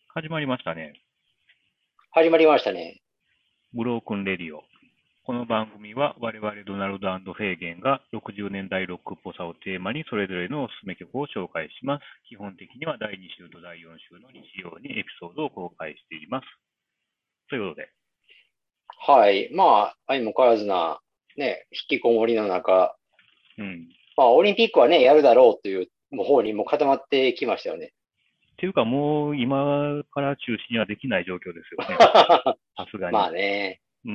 始まりましたね。 始まりましたね。 ブロークンレディオ。この番組は我々ドナルドフェーゲンが60年代ロックっぽさをテーマにそれぞれのおすすめ曲を紹介します。基本的には第2週と第4週の日曜にエピソードを公開しています。ということで、 はい。まあ、相も変わらずな、ね、引きこもりの中、 うん。 まあ、オリンピックはね、やるだろうという方にもう固まってきましたよね。 っていうかもう今から中止にはできない状況ですよね。さすがまあに。 ね。 うん。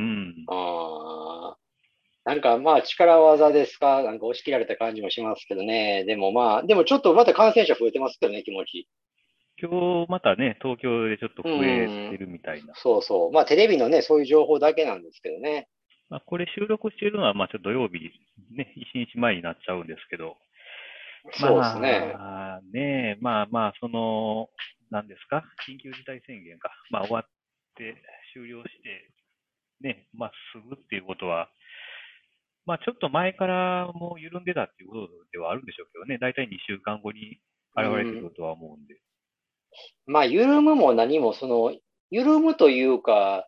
あーなんかまあ力技ですか、なんか押し切られた感じもしますけどね。でもまあ、でもちょっとまた感染者増えてますけどね、気持ち。 今日またね、東京でちょっとう増えてん。 るみたいな。 そうそう。まあテレビのね、そういう情報だけなんですけどね。 まあ、これ収録しているのは、まあ、ちょっと土曜日、ね、1日前になっちゃうんですけど、 そうですね。 まあね、まあまあ、何ですか、緊急事態宣言が、まあ、終わって終了して、ね、まあ、すぐっていうことは、まあ、ちょっと前からもう緩んでたっていうことではあるんでしょうけどね、だいたい2週間後にう現れてくん。 るとは思うんで。 まあ、緩むも何も、緩むというか、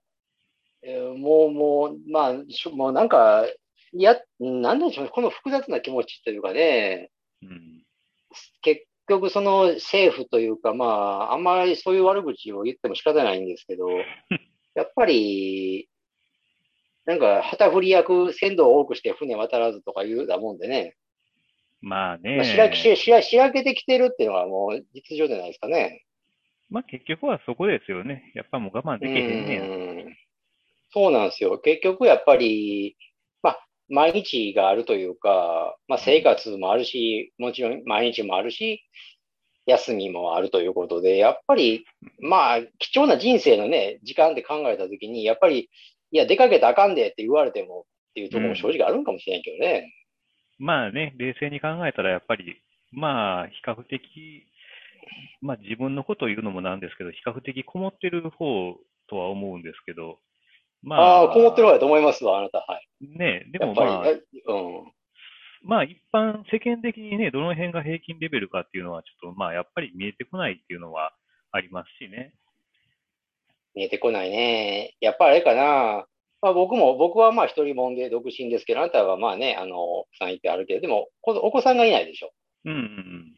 まあ、もうなんか、なんでしょうね、この複雑な気持ちというかね、 うん。 結局その政府というか、まあ、あんまりそういう悪口を言っても仕方ないんですけど、やっぱり、なんか旗振り役、船頭を多くして船渡らずとかいうだもんでね、 まあまあ、 ね、 しらけてきてるっていうのはもう実情じゃないですかね。 まあ結局はそこですよね。やっぱもう我慢うできへんねや。 ーん。そうなんですよ。結局やっぱり、まあ、毎日があるというか、まあ、生うん。 活もあるし、もちろん毎日もあるし、休みもあるということで、やっぱり、まあ、貴重な人生のね、時間って考えたときに、やっぱり、いや、出かけたらあかんでって言われてもっていうところも正うん。 直あるんかもしれんけどね。 まあね、冷静に考えたらやっぱり、まあ比較的、まあ自分のことを言うのもなんですけど、比較的こもってる方とは思うんですけど、 ああ、こもってるまあわと思いますわ、あなた。はい。 ね、でやっぱり、 もまあ、 うん。 まあ一般世間的にね、どの辺が平均レベルかっていうのはちょっとまあやっぱり見えてこないっていうのはありますしね。 見えてこないね。やっぱりあれかな。まあ僕はまあ一人もんで独身ですけど、あなたはまあね、奥さんいてあるけど、でも、お子さんがいないでしょ。 うんうんうん。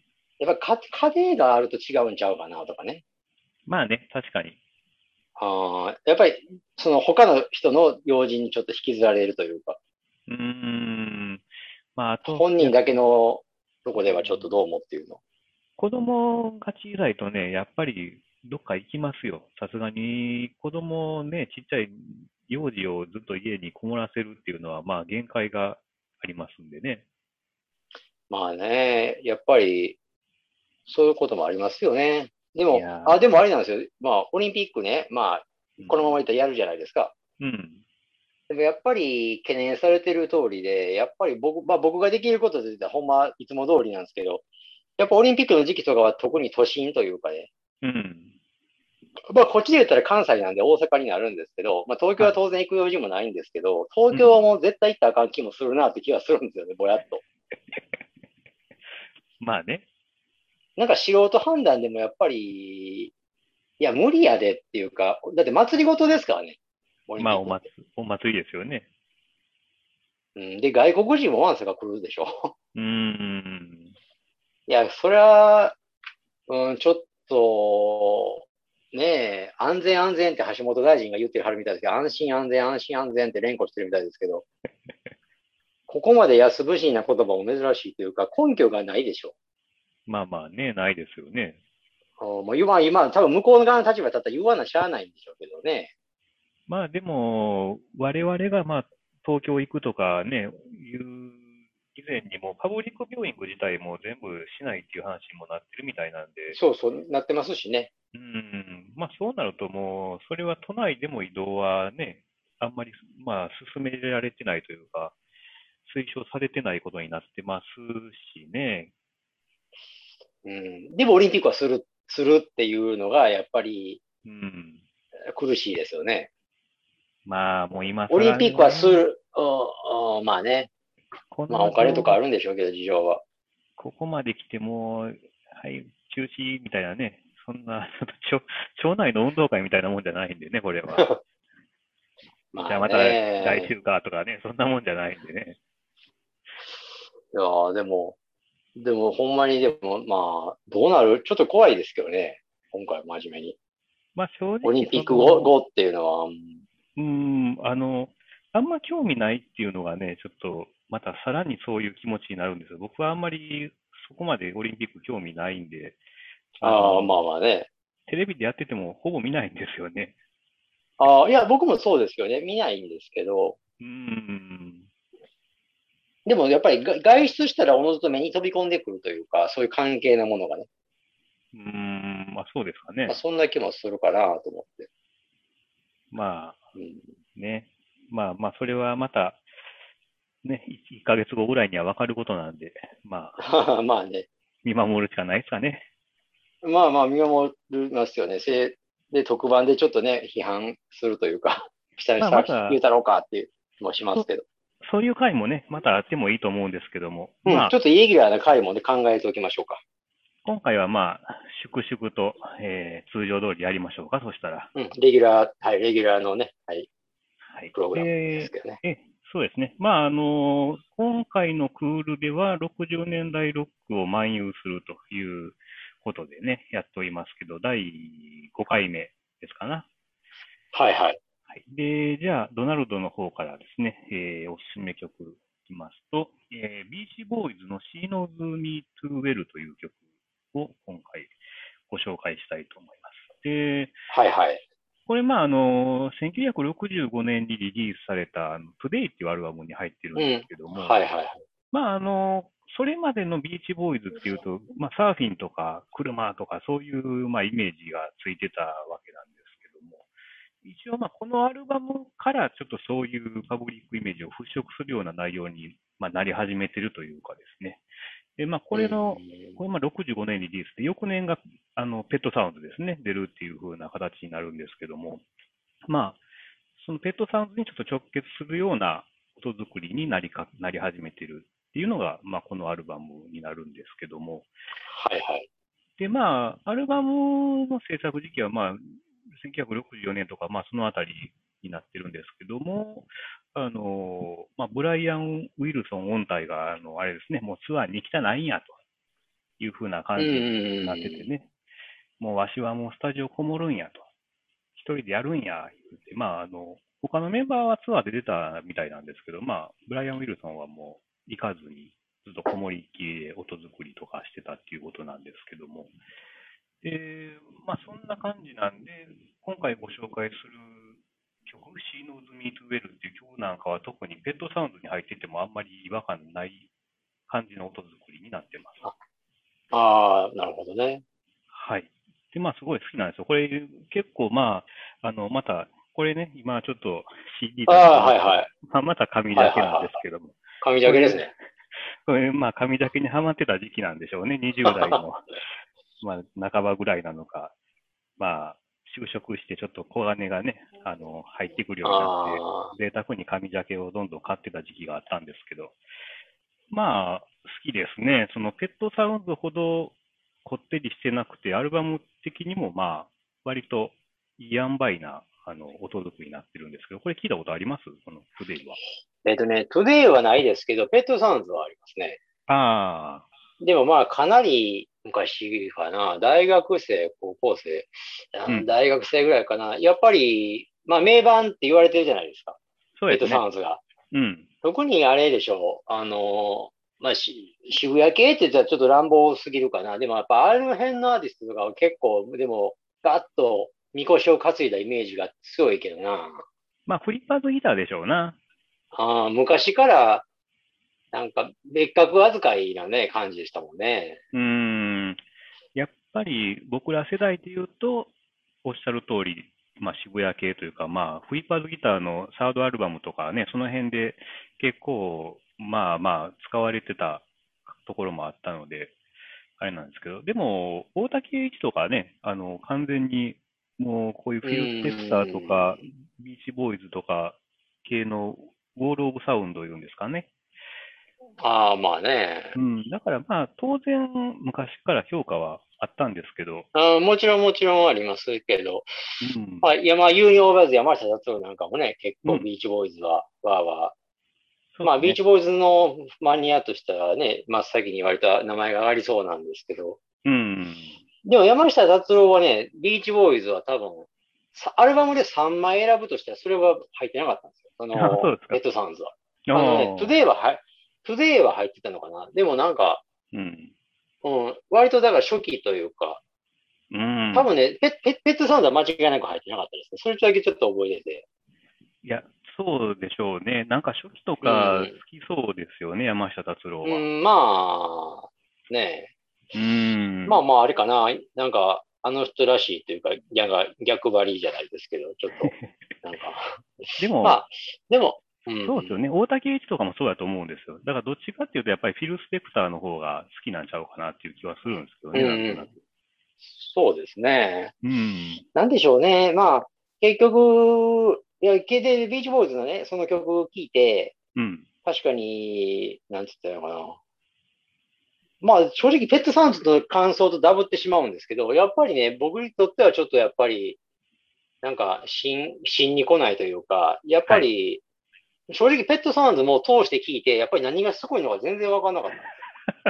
やっぱ家庭があると違うんちゃうかなとかね。 まあね、確かに。 やっぱり、その他の人の用心にちょっと引きずられるというか、 うーん。まああと、 本人だけのとうこではちょっとん、 どうもっていうの。 子供が小さいとね、やっぱりどっか行きますよ。さすがに子供ね、ちっちゃい幼児をずっと家にこもらせるっていうのは、まあ限界がありますんでね。 まあね、やっぱり、そういうこともありますよね。 いやでもあれー、 なんですよ。まあ、オリンピックね、まあ、 うん、 このままいったらやるじゃないですか。 うん、 でもやっぱり懸念されてる通りで、やっぱり僕ができることで言ったらほんまいつも通りなんですけど、やっぱオリンピックの時期とかは特に都心というかね、 うん。 まあこっちで言ったら関西なんで大阪になるんですけど、まあ東京はい。 は当然行く用事もないんですけど、東京はうん。 もう絶対行ったらあかん気もするなって気がするんですよね、ぼやっと。 まあね。 なんか素人判断でもやっぱり、いや無理やでっていうか、だって祭り事ですからね、オリンまあピックって。 お祭りですよね。 うん、で、外国人もワンサが来るでしょ。 うーん。 いや、それは、うん、ちょっと、ねえ、安全安全って橋本大臣が言ってはるみたいですけど、安心安全って連呼してるみたいですけど、ここまで安苦しいな言葉も珍しいというか、根拠がないでしょ。 まあまあね、ないですよね。 もう今、多分向こう側の立場だったら言わなしゃあないんでしょうけどね。 まあでも、我々がまあ東京行くとかね、いう以前にもパブリックビューイング自体も全部しないっていう話にもなってるみたいなんで、 そうそう、なってますしね。 うん、まあそうなるともう、それは都内でも移動はね、あんまりまあ進められてないというか、推奨されてないことになってますしね。 うん。でもオリンピックはするっていうのが、やっぱりうん。 苦しいですよね。 まあもう今オリン更ピックはすね、 る、まあね。まあこのお金とかあるんでしょうけど、事情は。 ここまで来ても、はい、中止みたいなね、 そんな、町内の運動会みたいなもんじゃないんでね、これは。じゃまああまた来ね。 週かとかね、そんなもんじゃないんでね。 いやーでもほんまにでも、まあ、どうなるちょっと怖いですけどね。今回真面目に。 まあ正直、 オリンピック後っていうのは、 あんま興味ないっていうのがね、ちょっと、またさらにそういう気持ちになるんですよ。僕はあんまりそこまでオリンピック興味ないんで、あああ、まあの、 まあね。 テレビでやっててもほぼ見ないんですよね。 ああ、いや、僕もそうですよね。見ないんですけど、 うーん。 でもやっぱり外出したらおのずと目に飛び込んでくるというか、そういう関係なものがね。 まあそうですかまあ、 ね。 そんな気もするかなと思って。 まあうん、 ね。まあまあ、それはまたね、1ヶ月後ぐらいにはわかることなんで、まあ、 まあね。 見守るしかないですかね。 まあまあ見守りますよね。で、特番でちょっとね、批判するというか、 まあ、 したまた、 言うたろうかっていう気もしまそ、 すけど。 そういう回もね、またあってもいいと思うんですけども、 うん、 まあ、 ちょっとイレギュラーな回もね、考えておきましょうか。 今回はまあ、粛々と、通常通りやりましょうか、そしたら。 うん、レギュラー、はい、レギュラーのね、はい、 はい。 プログラムですけどね。 そうですね。まあ、今回のクールでは60年代ロックを漫遊するということでね、やっておりますけど、第5回目ですかな。 はいはい。 はい。で、じゃあ、ドナルドの方からですね、おすすめ曲いきますと、ビーチボーイズの She Knows Me Too Well という曲を今回ご紹介したいと思います。で、 はいはい。 これ、1965年にリリースされたToday っていうアルバムに入ってるんですうん。 けども、 はいはいはい。 まあ、それまでのビーチボーイズっていうと、まあ、サーフィンとか車とかそういう、まあ、イメージがついてたわけなんですけども、一応、まあ、このアルバムからちょっとそういうパブリックイメージを払拭するような内容に、まあ、なり始めてるというかですね。で、まあ、 うん。 これまあ65年リリースで、翌年が、ペットサウンドですね、出るっていう風な形になるんですけども、まあ、そのペットサウンドにちょっと直結するような音作りになり始めてるっていうのが、まあ、このアルバムになるんですけども、 はいはい。 で、まあ、アルバムの制作時期は、まあ、1964年とか、まあ、そのあたりになってるんですけども、まあ、ブライアン・ウィルソン音体が、あれですね、もうツアーに来たないんや、という風なうん感じになっててうんね、もうわしはもうスタジオこもるんや、と。一人でやるんや、言って、まあ、他のメンバーはツアーで出たみたいなんですけど、まあ、ブライアン・ウィルソンはもう行かずに、ずっとこもりっきりで音作りとかしてたっていうことなんですけども、で、まあそんな感じなんで、今回ご紹介する曲、She Knows Me Too Well っていう曲なんかは特にペットサウンドに入っててもあんまり違和感ない感じの音作りになってます。 ああー、なるほどね。 はい。で、まあすごい好きなんですよ。これ結構また、これね、今ちょっと CD 出してああ、 ますけど、 はいはい。 まあ、また紙はいだけなんはいはい。 ですけども、 紙これ、 だけですね。 これまあ紙だけにハマってた時期なんでしょうね。20代の、まあ半ばぐらいなのか、まあ、就職してちょっと小金がね、入ってくるようになって、 ああ、 贅沢に紙ジャケをどんどん買ってた時期があったんですけど、まあ、好きですね。そのペットサウンドほどこってりしてなくて、アルバム的にもまあ、割といい塩梅な、音作りになってるんですけど、これ聞いたことありますこのトゥデイは。 トゥデイはないですけど、ペットサウンズはありますね。 ああ、 でもまあ、かなり昔かな。大学生、高校生、 うん。 大学生ぐらいかな。やっぱり、まあ、名盤って言われてるじゃないですか。ペットサそうですね。 ウンズが。 うん。 特にあれでしょう。まあ、渋谷系って言ったらちょっと乱暴すぎるかな。でもやっぱあの辺のアーティストとかは結構、でも、ガッと、みこしを担いだイメージが強いけどな。 まあ、フリッパーズギターでしょうな。 昔からなんか別格扱いなね、感じでしたもんね。 うーん。やっぱり僕ら世代で言うと、おっしゃる通り、まあ渋谷系というか、まあフリッパーズギターのサードアルバムとかね、その辺で結構、まあまあ使われてたところもあったので、あれなんですけど、でも、大竹栄一とかね、完全にもうこういううフィル・スペクターとか、 ーん。 ビーチボーイズとか系のウォール・オブ・サウンドを言うんですかね。 ああ、まあね。 うん、だからまあ当然昔から評価はあったんですけど、 もちろんもちろんありますけど、 うん、 まあ、ユーニオーバーズ山下達郎なんかもね、結うん、 構ビーチボーイズは、わーわー。まあ、 そうですね。 ビーチボーイズのマニアとしてはね、真っ先に言われた名前が上がりそうなんですけど、 うん、 でも山下達郎はね、ビーチボーイズは多分、アルバムで3枚選ぶとしたら、それは入ってなかったんですよ。 あ、そうですか。 ペットサウンズは。トゥああ、 デイはトゥデイは入ってたのかな。でもなんか、 うん、 割とだから初期というか、 うん。 多分ね、ペットサウンドは間違いなく入ってなかったですね。それだけちょっと覚えてて。 いや、そうでしょうね。なんか初期とうかん。 好きそうですよね、山下達郎は。 うん、まあ、ねうーん。 まあまあ、あれかな。なんか、あの人らしいというか、逆張りじゃないですけど、ちょっと、なんかでも、 まあ、でも、うん、 そうですよね。大竹栄一とかもそうだと思うんですよ。だからどっちかっていうと、やっぱりフィル・スペクターの方が好きなんちゃうかなっていう気はするんですけどうね、なんとなく。 ん、そうですね。 うん。 なんでしょうね。まあ、結局、いや、ビーチボーイズのね、その曲を聴いて、 うん。 確かに、なんつったのかな。まあ、正直、ペットサウンズの感想とダブってしまうんですけど、やっぱりね、僕にとってはちょっとやっぱり、なんか、芯に来ないというか、やっぱはい。 り、正直、ペットサウンズも通して聞いて、やっぱり何がすごいのか全然わかんなかったんですよ。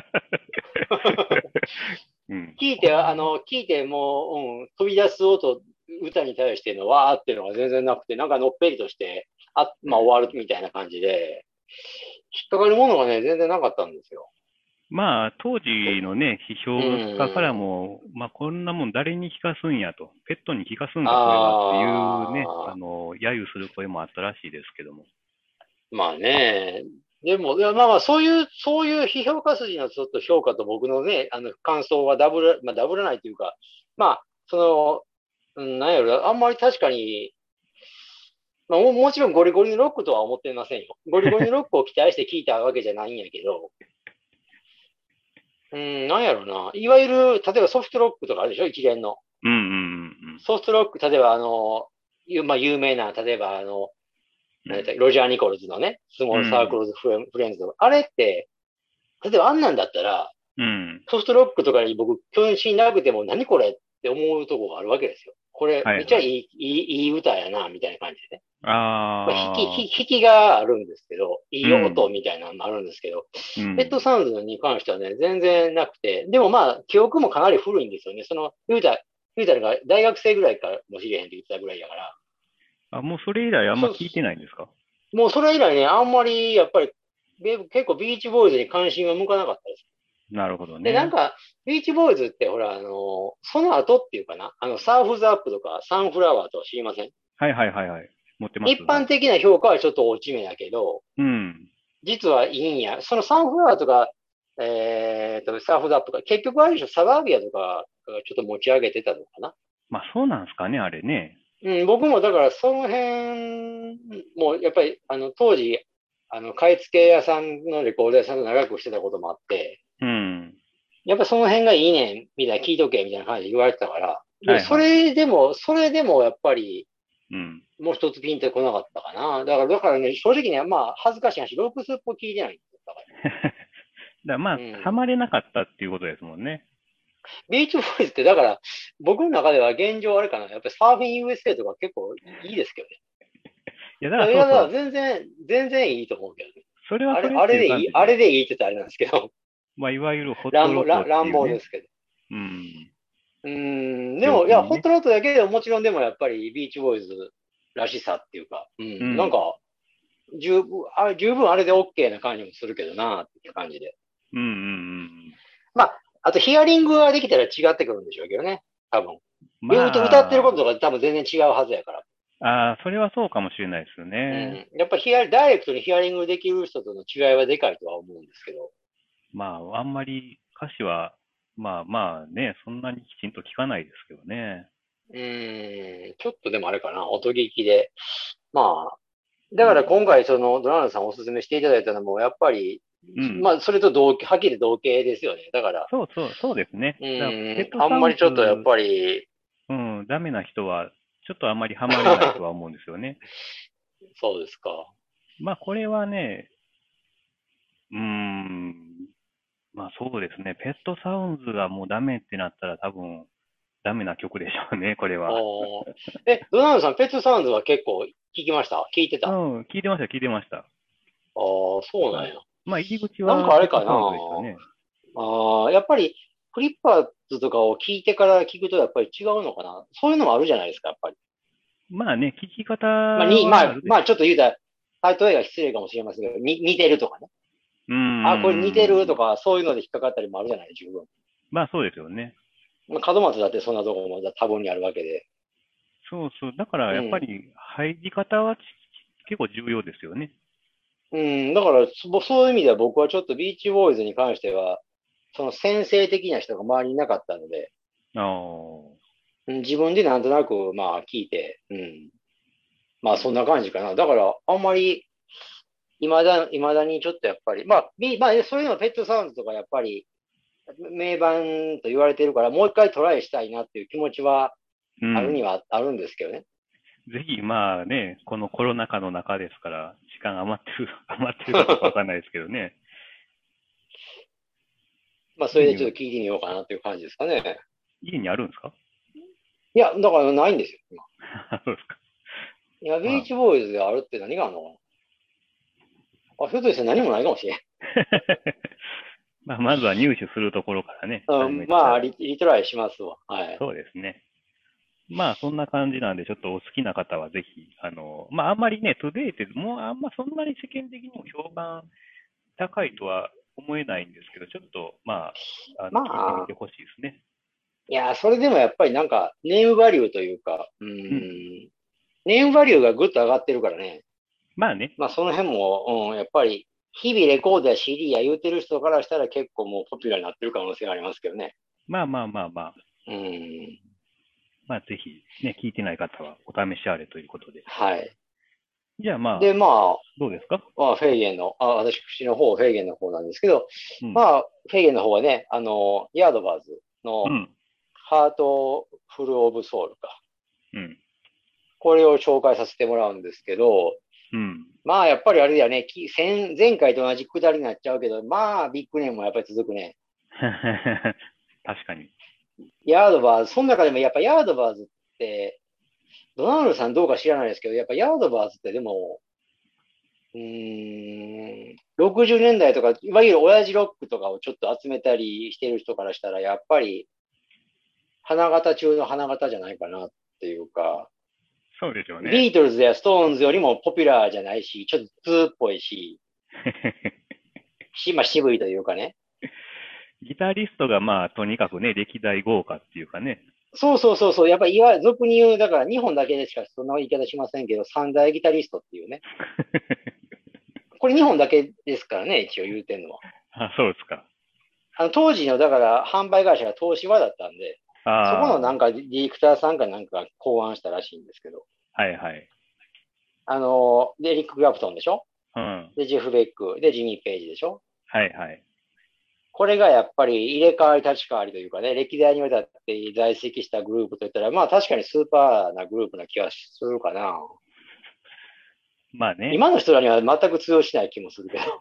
うん。 聞いて、 これはね。 聞いてもう、飛び出す音、歌に対してのわーっていうのが全然なくて、なんかのっぺりとして、まあ終わるみたいな感じで、引っかかるものがね、全然なかったんですよ。 まあ、当時のね、批う評家からん。 も、まあ、こんなもん誰に聞かすんやと、ペットに聞かすんか、これはっていうね、 ああ、 揶揄する声もあったらしいですけども。 まあね。でも、いやまあまあ、そういう批評家筋のちょっと評価と僕のね、感想はダブらないというか、まあ、なんやろ、あんまり確かに、まあ、もちろんゴリゴリのロックとは思ってませんよ。ゴリゴリのロックを期待して聞いたわけじゃないんやけど、なんやろな。いわゆる、例えばソフトロックとかあるでしょ一連の。 うんうんソフトロック、例えばまあ、有名な、例えばうんうん。 ロジャー・ニコルズのね、スモールサークうん。 ルズ・フレンズとか、あれって、例えばあんなんだったら、 うん。 ソフトロックとかに僕、興味なくても何これって思うとこがあるわけですよ。これ、めっちゃはいはい。 いい歌やな、みたいな感じでね。まあ、 ああ、 弾きがあるんですけど、いい音うん。 みたいなのもあるんですけど、ペットうん。 サウンズに関してはね、全然なくて、でもまあ、記憶もかなり古いんですよね。言うたらが大学生ぐらいかもしれへんって言ってたぐらいだから、 あ、もうそれ以来あんまそ、 聞いてないんですか？ もうそれ以来ね、あんまりやっぱり、結構ビーチボーイズに関心が向かなかったです。 なるほどで、なんね。 か、ビーチボーイズってほら、その後っていうかな、サーフズアップとかサンフラワーとか知りません？ はいはいはいはい。持ってます。 一はい。 般的な評価はちょっと落ち目だけど、 うん。 実はいいんや。そのサンフラワーとか、サーフズアップとか、結局あれでしょ、サバービアとかがちょっと持ち上げてたのかな。 まあそうなんですかね、あれね。 うん、僕もだからその辺もやっぱり当時買い付け屋さんのレコード屋さんと長くしてたこともあって、 うん。 やっぱその辺がいいねんみたいな聞いとけみたいな感じで言われてたから、でもはいはい。 それでもやっぱりうん。 もう一つピンとこなかったかな。だからね、正直ね、まあ恥ずかしい話、ロープスっぽ聞いてないんですよ。だから。 まあ、ハうん。 マれなかったっていうことですもんね。 ビーチボーイズってだから僕の中では現状あれかな。やっぱりサーフィン USA とか結構いいですけどね。 いや、だからそうだかそう。 ら全然いいと思うけどね。 それはそれっていう感じあれで、 でいいって言ったらあれなんですけど、 まあ、いわゆるホットロトっ乱ていうね。 暴ですけど。 うん。 でも、いや、 領域にね。 ホットロットだけでももちろんでもやっぱりビーチボーイズらしさっていうか、なんうんか、十分あれで OK な感じもするけどなっていう感じで。 うんうんうん。 まあ、あとヒアリングができたら違ってくるんでしょうけどね。多分。歌ってることまとか多分全然違うはずやから。 あ、それはそうかもしれないですよね。 やっぱダイレクトにヒアリングできる人との違いはでかいとは思うんですけど。 まあ、あんまり歌詞は、まあまあね、そんなにきちんと聞かないですけどね。 ちょっとでもあれかな、音聞きで。まあ、だからうん。 今回そのドナルドさんおすすめしていただいたのも、やっぱり、 うん。 まあ、それとはっきり同型ですよね。だから、 そうそう、そうですね。だからペットあんまりサウンちょっとやっズ、 ぱり、 うん、ダメな人は、ちょっとあんまりハマれないとは思うんですよね。 そうですか。 まあ、これはね、うーん、 まあそうですね。ペットサウンズがもうダメってなったら多分ダメな曲でしょうね、これは。 おーえ、ドナルドさん、ペットサウンズは結構聞きました聞いてた？ うん、聞いてました、聞いてました。 ああ、そうなんや。 はい。まあ入り口なんはかあれかな。 ペットサウンズでしたね。 やっぱり、フリッパーズとかを聞いてから聞くとやっぱり違うのかな。そういうのもあるじゃないですか、やっぱり。 まあね、聞き方まあ、に、まあ、 はあるでしょまあ、ちょっと言うたら、例えが失礼かもしれませんけど、似てるとかね。 う。うーあ、これ似てるとん。 か、そういうので引っかかったりもあるじゃない、十分。 まあそうですよね。 まあ、門松だってそんなところも多分にあるわけで。 そうそう。だからやっぱうん。 り入り方は結構重要ですよね。 うん、だから、そういう意味では僕はちょっとビーチボーイズに関しては、その先生的な人が周りにいなかったので、 ああ。 自分でなんとなく、まあ、聞いて、まあ、そんな感じかな。だから、あんまり、未だにちょっとやっぱり、まあ、そういうのペットサウンズとかやっぱり、名盤と言われてるから、もう一回トライしたいなっていう気持ちはうん。 あるにはあるんですけどね。 ぜひ、まあね、このコロナ禍の中ですから、時間余ってる、余ってるかどうかわかんないですけどね。 まあ、それでちょっ家に、 と聞いてみようかなっていう感じですかね。 家にあるんですか？ いや、だからないんですよ、今。 そうですか。 いや、 まあ、 ビーチボーイズであるって何があるのかなあ、ひょっとして何もないかもしれん。 まあ、まずは入手するところからね、始めまあ、 たら、 リトライしますわ。はい。 そうですね。まあ、そんな感じなんで、ちょっとお好きな方はぜひ、まあ、あんまりね、トゥデイって、もうあんまそんなに世間的にも評判高いとは思えないんですけど、ちょっと、まあ、 ま聞いてみあ、 てほしいですね。 いや、それでもやっぱりなんか、ネームバリューというか、 うん。 ネームバリューがぐっと上がってるからね。 まあね、 まあ、その辺も、やっぱり、日々レコードや CD や言うてる人からしたら結構もうポピュラーになってる可能性がありますけどね。 まあまあまあまあ、 うん。 まあぜひ、ね、聞いてない方はお試しあれということで。 はい。 じゃあまで、 あ、どうですか？ フェーゲンの、私の方、フェーゲンの方なんですけど、 うん。 まあ、フェーゲンの方はね、ヤードバーズのうん。 ハートフルオブソウルか。 うん。 これを紹介させてもらうんですけど、 うん。 まあ、やっぱりあれだよね、前回と同じくだりになっちゃうけど、まあ、ビッグネームもやっぱり続くね。 確かに。 ヤードバーズ、その中でもやっぱヤードバーズって、ドナルドさんどうか知らないですけど、やっぱヤードバーズってでも、60年代とか、いわゆる親父ロックとかをちょっと集めたりしてる人からしたら、やっぱり花形中の花形じゃないかなっていうか、 そうでしょうね。 ビートルズやストーンズよりもポピュラーじゃないし、ちょっとツーっぽいし、まあ渋いというかね。 ギタリストがまあ、とにかくね、歴代豪華っていうかね。 そうそうそうそう、やっぱりいわゆる俗に言う、だから日本だけでしかそんな言い方しませんけど、三大ギタリストっていうね。これ日本だけですからね、一応言うてんのは。 あ、そうですか。 当時の、だから販売会社が東芝だったんで、そこのあなんかディレクターさんかなんかが考案したらしいんですけど、 あ、はいはい。 で、エリック・クラプトンでしょうん。 で、ジェフ・ベック、で、ジミー・ペイジでしょはいはい。 これがやっぱり入れ替わり立ち替わりというかね、歴代にわたって在籍したグループといったら、まあ確かにスーパーなグループな気がするかな。 まあね。 今の人らには全く通用しない気もするけど。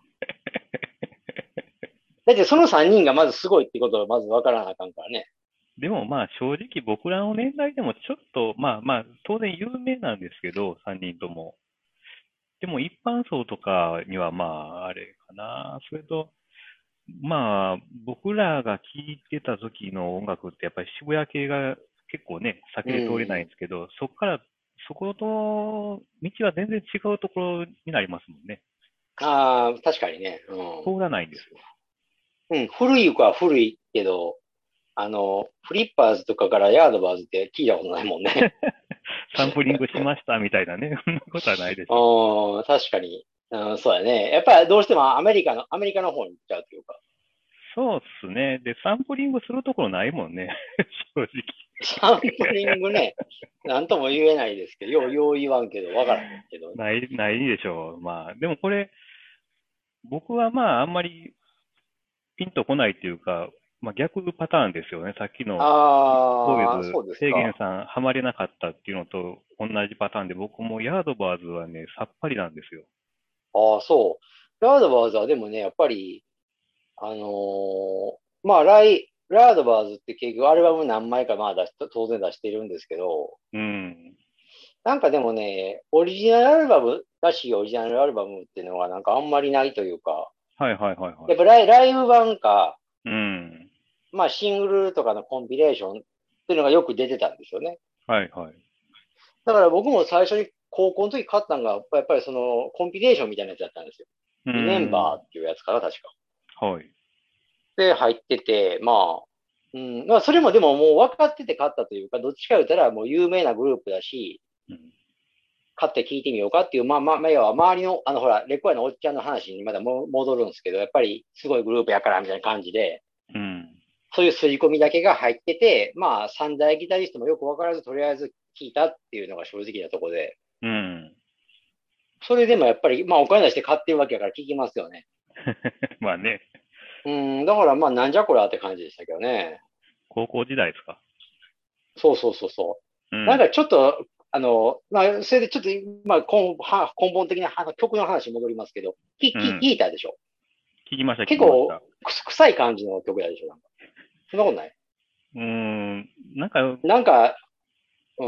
だってその3人がまずすごいってことをまず分からなあかんからね。 でもまあ正直僕らの年代でもちょっと、まあまあ当然有名なんですけど、3人とも。でも一般層とかにはまああれかな。それと、まあ僕らが聴いてた時の音楽ってやっぱり渋谷系が結構ね、避うけて通れないんん。 ですけど、そこから、そこと道は全然違うところになりますもんね。 ああ、確かにね。 通らないんですよ。 うん。古い子は古いけど、フリッパーズとかからヤードバーズって聞いたことないもんね。 サンプリングしましたみたいなね、そんなことはないでしょう。 確かに。そうやね。やっぱりどうしてもアメリカの方に行っちゃうというか。 そうっすね。で、サンプリングするところないもんね。正直。 サンプリングね、なんとも言えないですけど、よう言わんけど、わからへんけど。 ないでしょう。まあ、でもこれ、僕はまあ、あんまりピンとこないっていうか、まあ逆パターンですよね。さっきのボーイああ、 ズ、 そうですフェーゲンか。 さんハマれなかったっていうのと同じパターンで、僕もヤードバーズはね、さっぱりなんですよ。 ああ、そう。ヤードバーズはでもね、やっぱり、 まあ、ラードバーズって結局アルバム何枚かまあ当然出してるんですけど、 うん。 なんかでもね、オリジナルアルバムらしいオリジナルアルバムっていうのがなんかあんまりないというか、 はいはいはいはい。 やっぱライブ版か、 うん。 まあシングルとかのコンピレーションっていうのがよく出てたんですよね。 はいはい。 だから僕も最初に高校の時買ったのが、やっぱりそのコンピレーションみたいなやつだったんですよ。 うリメンバーん。 っていうやつかな、確か。 はい。 で、入ってて、まあ、まあ、それもでももう分かってて買ったというか、どっちか言ったらもう有名なグループだし、 うん。 買って聞いてみようかっていう、要は周りの、ほら、レコヤのおっちゃんの話にまだ戻るんですけど、やっぱりすごいグループやからみたいな感じで、 うん。 そういう刷り込みだけが入ってて、まあ、三大ギタリストもよく分からず、とりあえず聞いたっていうのが正直なところで、 うん。 それでもやっぱり、まあ、お金出して買ってるわけやから聞きますよね。 まあね、 だからまあ、なんじゃこりゃって感じでしたけどね。 高校時代ですか？ そうそうそうそう。なんうん。 かちょっと、まあ、それでちょっと、まあ、根本的な曲の話に戻りますけど、 うん。 聞いたでしょ？ 聞きました、聞結構、 きました。 臭い感じの曲やでしょ？なんか。そんなことない？ うーん。なんか、 なんか、うん。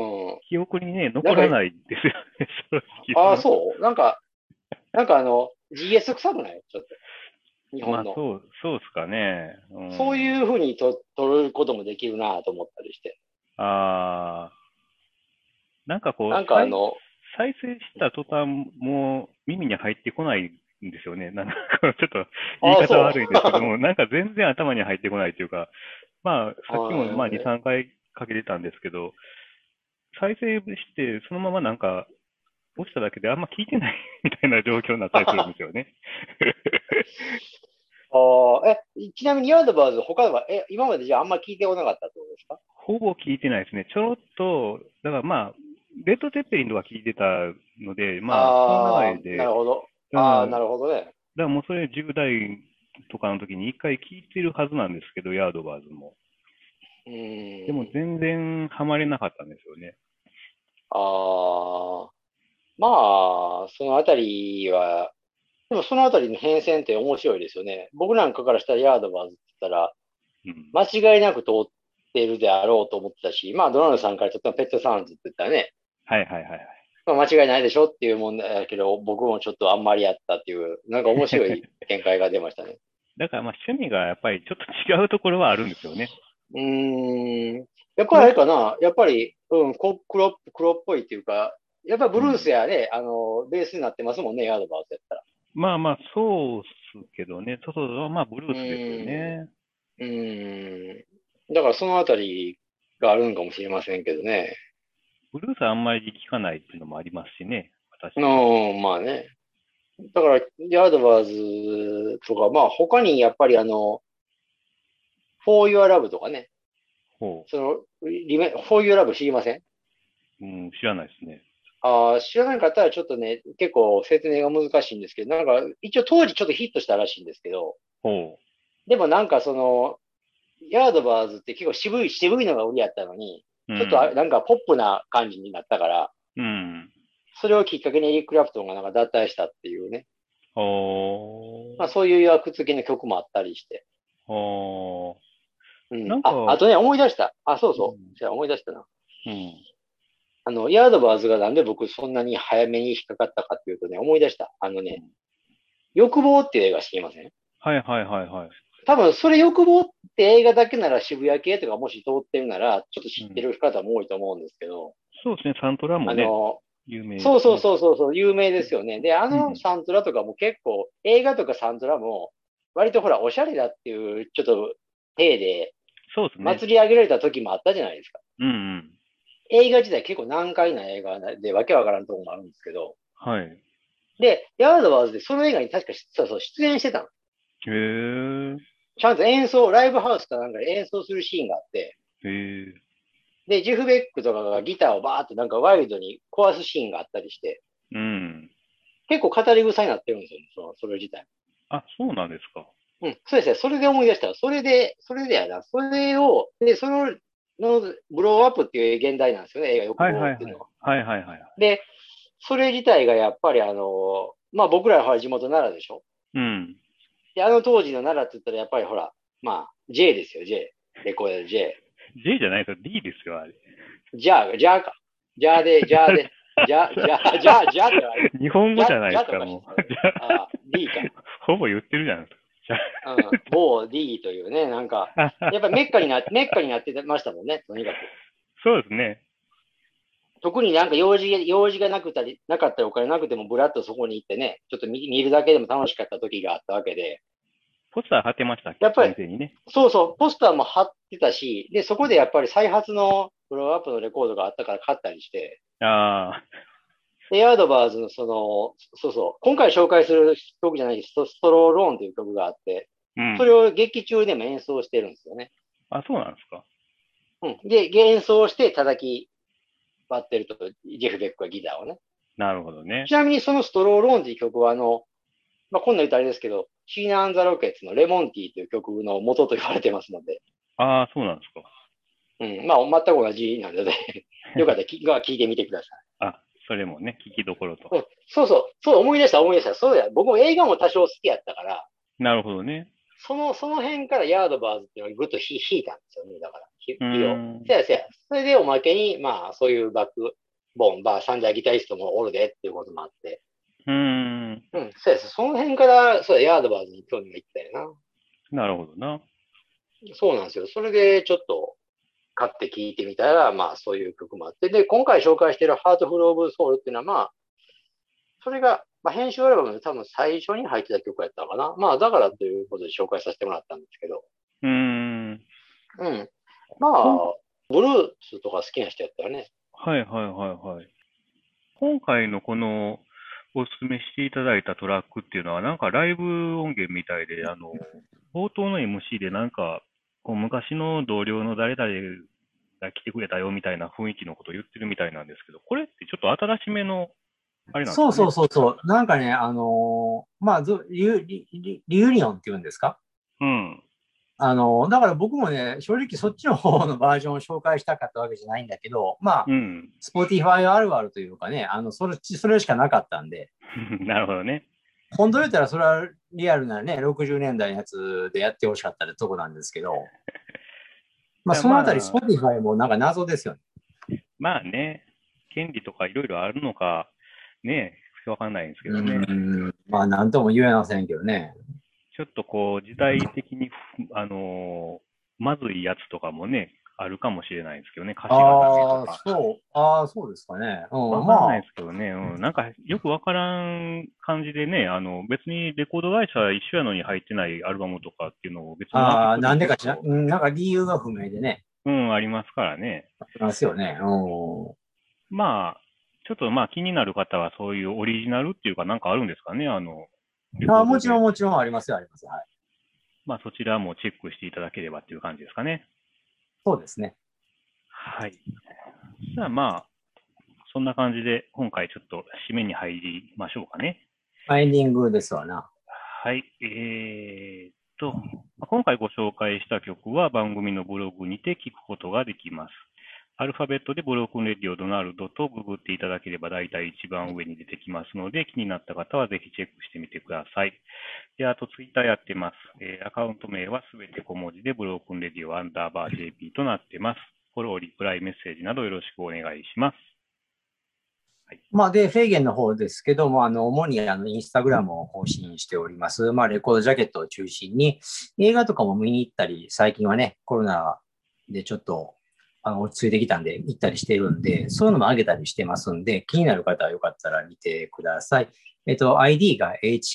記憶にね、 なんか、 残らないですよね、正直ああ、そうなんかGS 臭くないちょっと。日まあ、 本の。 そうですかね。うそうん。 いうふうに取ることもできるなと思ったりして。 ああ、なんかこう、 なんか再生した途端、もう耳に入ってこないんですよね。なんか、こうちょっと言いああ、 方そ悪いんですけども、なんか全然頭に入ってこないというか、まあ、 う。 さっきもまあ2、3回かけてたんですけど、再生して、そのままなんか、落ちただけであんま聞いてないみたいな状況になったりするんですよね。 ああ、ちなみにヤードバーズ他は、今までじゃああんま聞いてこなかったってことですか？ ほぼ聞いてないですね。ちょろっと、だからまあ、レッド・ゼッペリンとか聞いてたので、まあ、その流ああ、なれで、 るほど。ああ、 うん、 なるほどね。 だからもうそれ10代とかの時に一回聞いてるはずなんですけど、ヤードバーズも。 うでもーん。 全然ハマれなかったんですよね。 ああ、まあ、そのあたりは、でもそのあたりの変遷って面白いですよね。僕なんかからしたらヤードバーズって言ったら、 うん。 間違いなく通ってるであろうと思ってたし、まあ、ドナルドさんからちょっとペットサウンズって言ったらね、 はいはいはいはい。 まあ、間違いないでしょっていうもんだけど、僕もちょっとあんまりやったっていう、なんか面白い見解が出ましたね。 だからまあ趣味がやっぱりちょっと違うところはあるんですよね。 うーん。やっぱりあ黒、 れかな。やっぱり、黒っぽいっていうか、やっぱりブルースうん。 やね、ベースになってますもんね、ヤードバーズやったら。 まあまあ、そうっすけどね。そうそうそう、まあブルうースですよーん。 ね。 うーん。だからそのあたりがあるのかもしれませんけどね。 ブルースはあんまり聞かないっていうのもありますしね。私も。 うん、まあね。だから、ヤードバーズとか、まあ他にやっぱりFor Your Love とかね。 ほ For Your Love 知りません？ う。うん、知らないですね。 知らなかったらちょっとね、結構説明が難しいんですけど、なんか一応当時ちょっとヒットしたらしいんですけど、 ほでもなんかヤードバーズって結構渋いのが売りやったのに、 う。うちょっとん。 なんかポップな感じになったから、 うん。 それをきっかけにエリック・クラプトンがなんか脱退したっていうね。まあほそういう役付きの曲もあったりして。 ほうん。 なんか、 あとね、思い出した。そうそう。 うん。 じゃあ思い出したな。 うん。 ヤードバーズがなんで僕そんなに早めに引っかかったかっていうとね、思い出した。欲望っていう映画知りません？ はいはいはいはい。 多分それ欲望って映画だけなら渋谷系とかもし通ってるなら、ちょっと知ってうん。 る方も多いと思うんですけど、 そうですね。サントラもね、 あの、 有名でそうそうすね。 そうそうそう、有名ですよね。で、 うん。 サントラとかも結構、映画とかサントラも、割とほら、おしゃれだっていう、ちょっと、体で、 そうですね。 祭り上げられた時もあったじゃないですか。 うんうん。 映画自体結構難解な映画で、わけわからんところもあるんですけど、 はい。 で、ヤードバーズでその映画に確かそう出演してたの。 へえ。 ちゃんとライブハウスかなんかで演奏するシーンがあって、 へえ。 で、ジェフ・ベックとかがギターをバーってなんかワイルドに壊すシーンがあったりして、 うん。 結構語り草になってるんですよね、それ自体。 あ、そうなんですか。 うん、そうですね。それで思い出した。それでやな。それを、で、のブローアップっていう現代なんですよね、映画欲はいはいはい。 望っていうのは。 はいはいはい。 で、それ自体がやっぱりまあ僕らは地元奈良でしょ？ うん。 で、当時の奈良って言ったらやっぱりほら、まあ、J ですよ、J。レコード J。 J じゃないですよ、D ですよ、あれ。 じゃあか。じゃあで、じゃあで、じゃあってあれ、 日本語じゃないじゃですか、もう。 とかしてたよ。ああ、D か。 ほぼ言ってるじゃないですうん、某 D というね、なんか、 か。 やっぱりメッカになってましたもんね、とにかく。 そうですね。 特になんか用事がなかったりお金なくてもブラッとそこに行ってね、ちょっと見るだけでも楽しかった時があったわけで、 ポスター貼ってましたっけ、 やっぱり、 お店にね。 そうそう、ポスターも貼ってたし、で、そこでやっぱり再発のフローアップのレコードがあったから買ったりして、 ああ、 で、ヤードバーズのそうそう、今回紹介する曲じゃないストローローンという曲があって、 うん。 それを劇中でも演奏してるんですよね。 あ、そうなんですか。 うん。で、演奏して叩き割ってると、ジェフ・ベックはギターをね。 なるほどね。 ちなみにそのストローローンという曲は、まあ、こんな言うとあれですけど、シーナ・アン・ザ・ロケッツのレモンティーという曲の元と言われてますので、 ああ、そうなんですか。 うん。まあ、全く同じなのでよかったら聞いてみてください。 あ、それもね、聞きどころと。 うん。そうそう、そう思い出した思い出した。そうや。僕も映画も多少好きやったから、 なるほどね。 その辺からヤードバーズっていうのをぐっと引いたんですよね。だから、 うー火を。 ん。 せやせや。それでおまけに、まあ、そういうバックボーン、三大ギタリストもおるでっていうこともあって。 うーん。 うん、そうや。その辺から、そうや、ヤードバーズに興味がいったよなるほどな。 な。そうなんですよ。それでちょっと買って聞いてみたら、まあ、そういう曲もあって。で、今回紹介しているハートフルオブソウルっていうのは、まあ、それが、まあ、編集アルバムで多分最初に入ってた曲やったのかな。まあ、だからということで紹介させてもらったんですけど。 うーん。 うん。まこんあ、ブルースとか好きな人やったらね。 はいはいはいはい。今回のこのおすすめしていただいたトラックっていうのは、なんかライブ音源みたいで、冒頭の MC でなんか、こう昔の同僚の誰々が来てくれたよみたいな雰囲気のことを言ってるみたいなんですけど、これってちょっと新しめの、あれなんですそうそうかね。 そうそう。なんかね、まあ、リユニオンっていうんですか？ うん。 だから僕もね、正直そっちの方のバージョンを紹介したかったわけじゃないんだけど、まあ、 うん。 Spotify あるあるというかね、それしかなかったんで、 なるほどね。 本当言ったらそれはリアルなね、60年代のやつでやってほしかったとこなんですけど、まあ、そのあたりまあ、 Spotify もなんか謎ですよね。 まあね、権利とかいろいろあるのか、ね、わかんないんですけどね。 まあ、なんとも言えませんけどね。 ちょっとこう、時代的に、まずいやつとかもね、あるかもしれないですけどね、歌詞がダメとか。 そうですかね。 わかんないですけどね、なんかよくわからん感じでね、別にレコード会社一緒やのに入ってないアルバムとかっていうのを別のアーティストでなんでかしら、 も結構、 なんか理由が不明でね、 うん、ありますからね。 ありますよね。 まあ、ちょっとまあ気になる方はそういうオリジナルっていうかなんかあるんですかね、レコードで。 もちろんありますよ、あります。はい。 まあそちらもチェックしていただければっていう感じですかね。 そうですね。 はい。じゃあまあ、そんな感じで今回ちょっと締めに入りましょうかね。 エンディングですわな。 はい。今回ご紹介した曲は番組のブログにて聞くことができます。アルファベットでブロークンレディオドナルドとググっていただければ大体一番上に出てきますので、気になった方はぜひチェックしてみてください。で、あとツイッターやってます。アカウント名はすべて小文字でブロークンレディオアンダーバー JP となってます。フォロー、リプライ、メッセージなどよろしくお願いします。はい、 まあ、で、フェーゲンの方ですけども、主にインスタグラムを更新しております。まあ、レコードジャケットを中心に、映画とかも見に行ったり、最近はね、コロナでちょっと、落ち着いてきたんで、行ったりしてるんで、そういうのも上げたりしてますんで、気になる方はよかったら見てください。ID が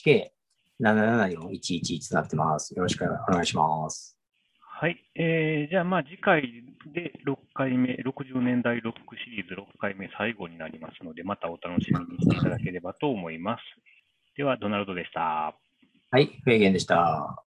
HK774111 となってます。よろしくお願いします。 はい。じゃあ、まあ、次回で6回目、60年代ロックシリーズ6回目最後になりますので、またお楽しみにしていただければと思います。では、ドナルドでした。 はい、フェーゲンでした。